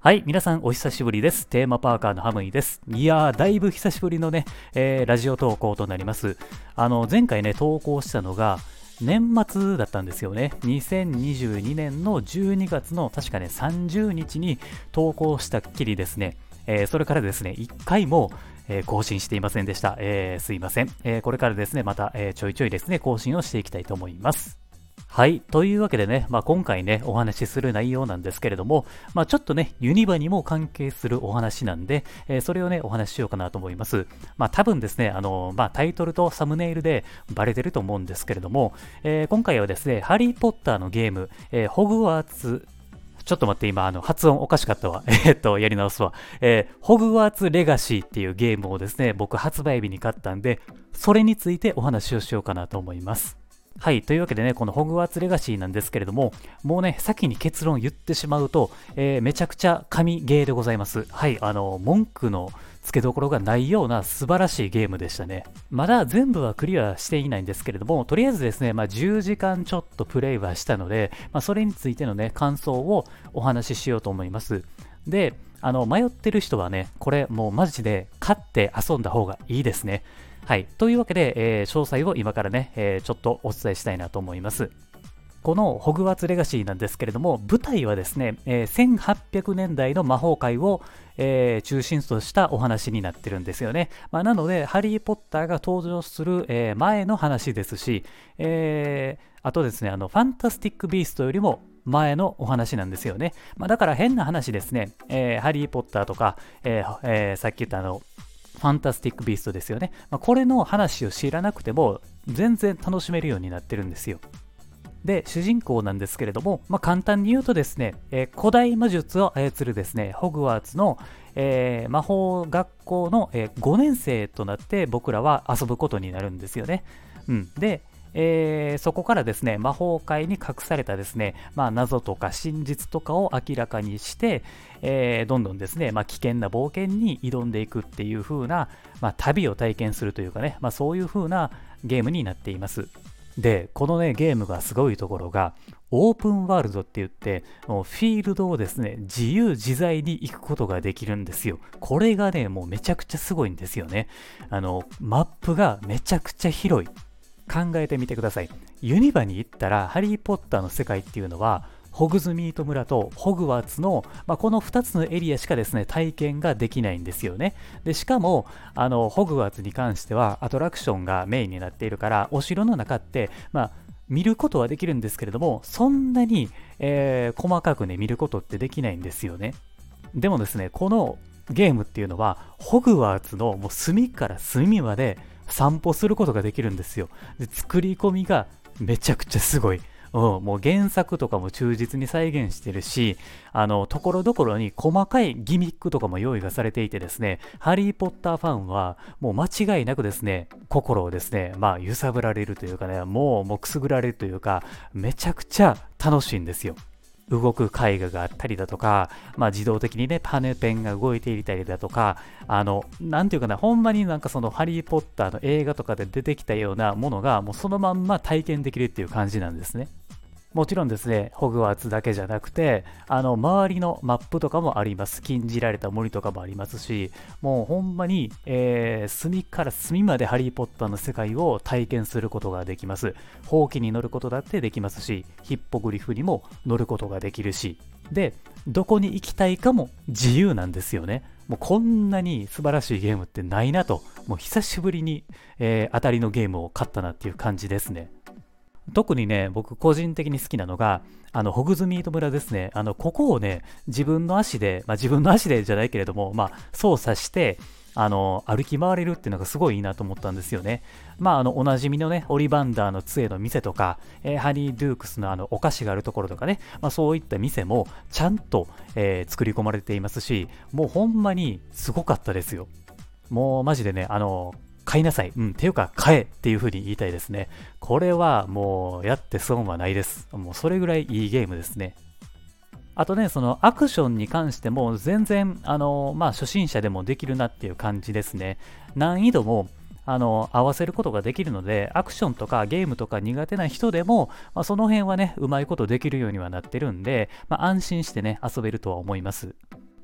はい、皆さんお久しぶりです。テーマパーカーのハムイです。いやー、だいぶ久しぶりのね、ラジオ投稿となります。前回ね、投稿したのが、年末だったんですよね。2022年の12月の確かね、30日に投稿したっきりですね、それからですね、1回も、更新していませんでした。すいません。これからですね、また、ちょいちょいですね、更新をしていきたいと思います。はい。というわけでね、今回ね、お話しする内容なんですけれども、ちょっとね、ユニバにも関係するお話なんで、それをね、お話ししようかなと思います。多分ですね、タイトルとサムネイルでバレてると思うんですけれども、今回はですね、ハリー・ポッターのゲーム、ホグワーツ、ちょっと待って、今、発音おかしかったわ。やり直すわ。ホグワーツレガシーっていうゲームをですね、僕発売日に買ったんで、それについてお話をしようかなと思います。はい。というわけでね、このホグワーツレガシーなんですけれども、もうね、先に結論言ってしまうと、めちゃくちゃ神ゲーでございます。はい。文句の付けどころがないような素晴らしいゲームでしたね。まだ全部はクリアしていないんですけれども、とりあえずですね、10時間ちょっとプレイはしたので、それについてのね、感想をお話ししようと思います。で、迷ってる人はね、これもうマジで買って遊んだ方がいいですね。はい。というわけで、詳細を今からね、ちょっとお伝えしたいなと思います。このホグワーツレガシーなんですけれども、舞台はですね、1800年代の魔法界を、中心としたお話になってるんですよね。なので、ハリー・ポッターが登場する、前の話ですし、あとですね、ファンタスティック・ビーストよりも前のお話なんですよね。だから変な話ですね、ハリー・ポッターとか、さっき言ったファンタスティック・ビーストですよね。これの話を知らなくても全然楽しめるようになってるんですよ。で、主人公なんですけれども、簡単に言うとですね、古代魔術を操るですね、ホグワーツの、魔法学校の、5年生となって僕らは遊ぶことになるんですよね。で、そこからですね、魔法界に隠されたですね、謎とか真実とかを明らかにして、どんどんですね、危険な冒険に挑んでいくっていう風な、旅を体験するというかね、そういう風なゲームになっています。で、このね、ゲームがすごいところが、オープンワールドって言って、もうフィールドをですね、自由自在に行くことができるんですよ。これがね、もうめちゃくちゃすごいんですよね。マップがめちゃくちゃ広い。考えてみてください。ユニバに行ったら、ハリー・ポッターの世界っていうのは、ホグズミート村とホグワーツの、この2つのエリアしかですね、体験ができないんですよね。で、しかも、ホグワーツに関しては、アトラクションがメインになっているから、お城の中って、見ることはできるんですけれども、そんなに、細かくね、見ることってできないんですよね。でもですね、このゲームっていうのは、ホグワーツのもう隅から隅まで散歩することができるんですよ。で、作り込みがめちゃくちゃすごい。もう原作とかも忠実に再現してるし、ところどころに細かいギミックとかも用意がされていてですね、ハリー・ポッターファンはもう間違いなくですね、心をですね、揺さぶられるというかね、もうくすぐられるというか、めちゃくちゃ楽しいんですよ。動く絵画があったりだとか、自動的にね、パネペンが動いていたりだとか、なんていうかな、ほんまになんかそのハリー・ポッターの映画とかで出てきたようなものが、もうそのまんま体験できるっていう感じなんですね。もちろんですね、ホグワーツだけじゃなくて、周りのマップとかもあります。禁じられた森とかもありますし、もうほんまに、隅から隅までハリー・ポッターの世界を体験することができます。ほうきに乗ることだってできますし、ヒッポグリフにも乗ることができるし、で、どこに行きたいかも自由なんですよね。もうこんなに素晴らしいゲームってないなと、もう久しぶりに、当たりのゲームを買ったなっていう感じですね。特にね、僕個人的に好きなのが、ホグズミート村ですね。ここをね、自分の足で、自分の足でじゃないけれども、操作して、歩き回れるっていうのがすごいいいなと思ったんですよね。おなじみのね、オリバンダーの杖の店とか、ハニー・ドゥークスのお菓子があるところとかね、そういった店もちゃんと、作り込まれていますし、もうほんまにすごかったですよ。もうマジでね、買いなさい。っていうか、買えっていう風に言いたいですね。これはもうやって損はないです。もうそれぐらいいいゲームですね。あとね、そのアクションに関しても全然、初心者でもできるなっていう感じですね。難易度も、合わせることができるので、アクションとかゲームとか苦手な人でも、その辺はね、うまいことできるようにはなってるんで、安心してね、遊べるとは思います。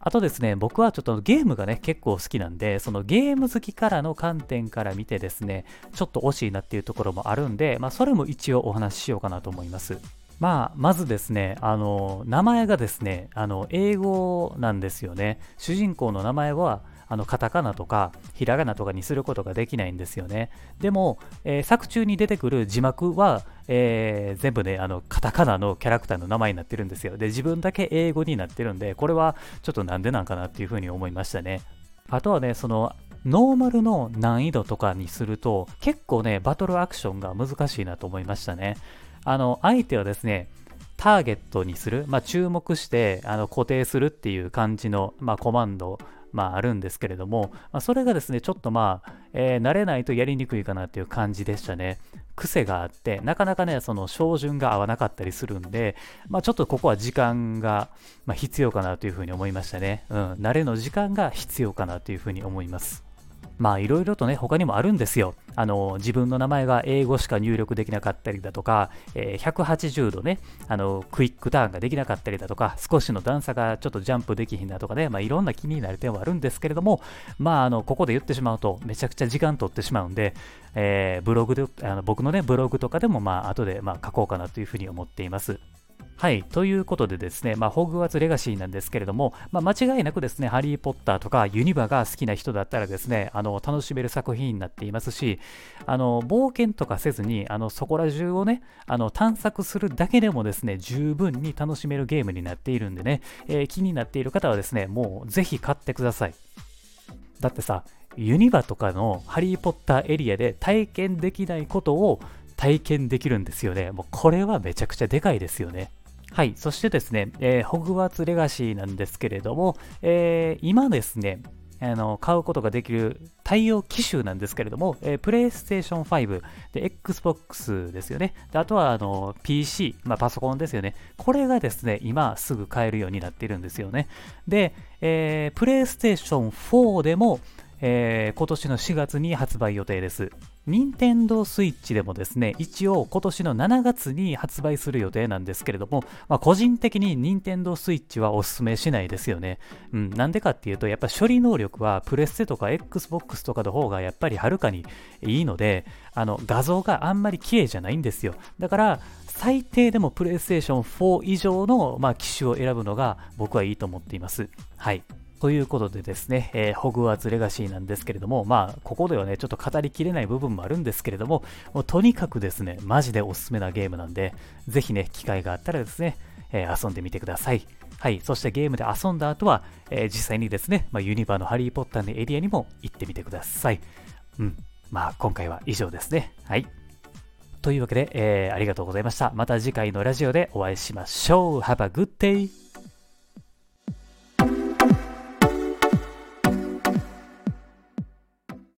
あとですね、僕はちょっとゲームがね、結構好きなんで、そのゲーム好きからの観点から見てですね、ちょっと惜しいなっていうところもあるんで、それも一応お話ししようかなと思います。まずですね、名前がですね、英語なんですよね。主人公の名前は、カタカナとかひらがなとかにすることができないんですよね。でも、作中に出てくる字幕は、全部ね、カタカナのキャラクターの名前になってるんですよ。で、自分だけ英語になってるんで、これはちょっとなんでなんかなっていうふうに思いましたね。あとはね、ノーマルの難易度とかにすると、結構ね、バトルアクションが難しいなと思いましたね。相手はですね、ターゲットにする、注目して固定するっていう感じの、コマンド、あるんですけれども、それがですね、ちょっと慣れないとやりにくいかなっていう感じでしたね。癖があって、なかなかね、その照準が合わなかったりするんで、ちょっとここは時間が、必要かなというふうに思いましたね。慣れの時間が必要かなというふうに思います。いろいろとね、他にもあるんですよ。自分の名前が英語しか入力できなかったりだとか、180度ね、クイックターンができなかったりだとか、少しの段差がちょっとジャンプできひんだとかね、いろんな気になる点はあるんですけれども、ここで言ってしまうと、めちゃくちゃ時間取ってしまうんで、ブログで、僕のね、ブログとかでも、後で、書こうかなというふうに思っています。はい。ということでですね、ホグワーツレガシーなんですけれども、間違いなくですね、ハリー・ポッターとかユニバが好きな人だったらですね、楽しめる作品になっていますし、冒険とかせずに、そこら中をね、探索するだけでもですね、十分に楽しめるゲームになっているんでね、気になっている方はですね、もうぜひ買ってください。だってさ、ユニバとかのハリー・ポッターエリアで体験できないことを体験できるんですよね。もうこれはめちゃくちゃでかいですよね。はい、そしてですね、ホグワーツレガシーなんですけれども、今ですね、買うことができる対応機種なんですけれども、プレイステーション5で Xbox ですよね。であとはPC、パソコンですよね。これがですね、今すぐ買えるようになっているんですよね。で、プレイステーション4でも、今年の4月に発売予定です。任天堂スイッチでもですね、一応今年の7月に発売する予定なんですけれども、個人的に任天堂スイッチはおすすめしないですよね。なんでかっていうと、やっぱ処理能力はプレステとか Xbox とかの方がやっぱりはるかにいいので、画像があんまり綺麗じゃないんですよ。だから、最低でもプレイステーション4以上の、機種を選ぶのが僕はいいと思っています。はい。ということでですね、ホグワーツレガシーなんですけれども、ここではね、ちょっと語りきれない部分もあるんですけれども、とにかくですね、マジでおすすめなゲームなんで、ぜひね、機会があったらですね、遊んでみてください。はい、そしてゲームで遊んだ後は、実際にですね、ユニバのハリー・ポッターのエリアにも行ってみてください。今回は以上ですね。はい。というわけで、ありがとうございました。また次回のラジオでお会いしましょう。Have a good day!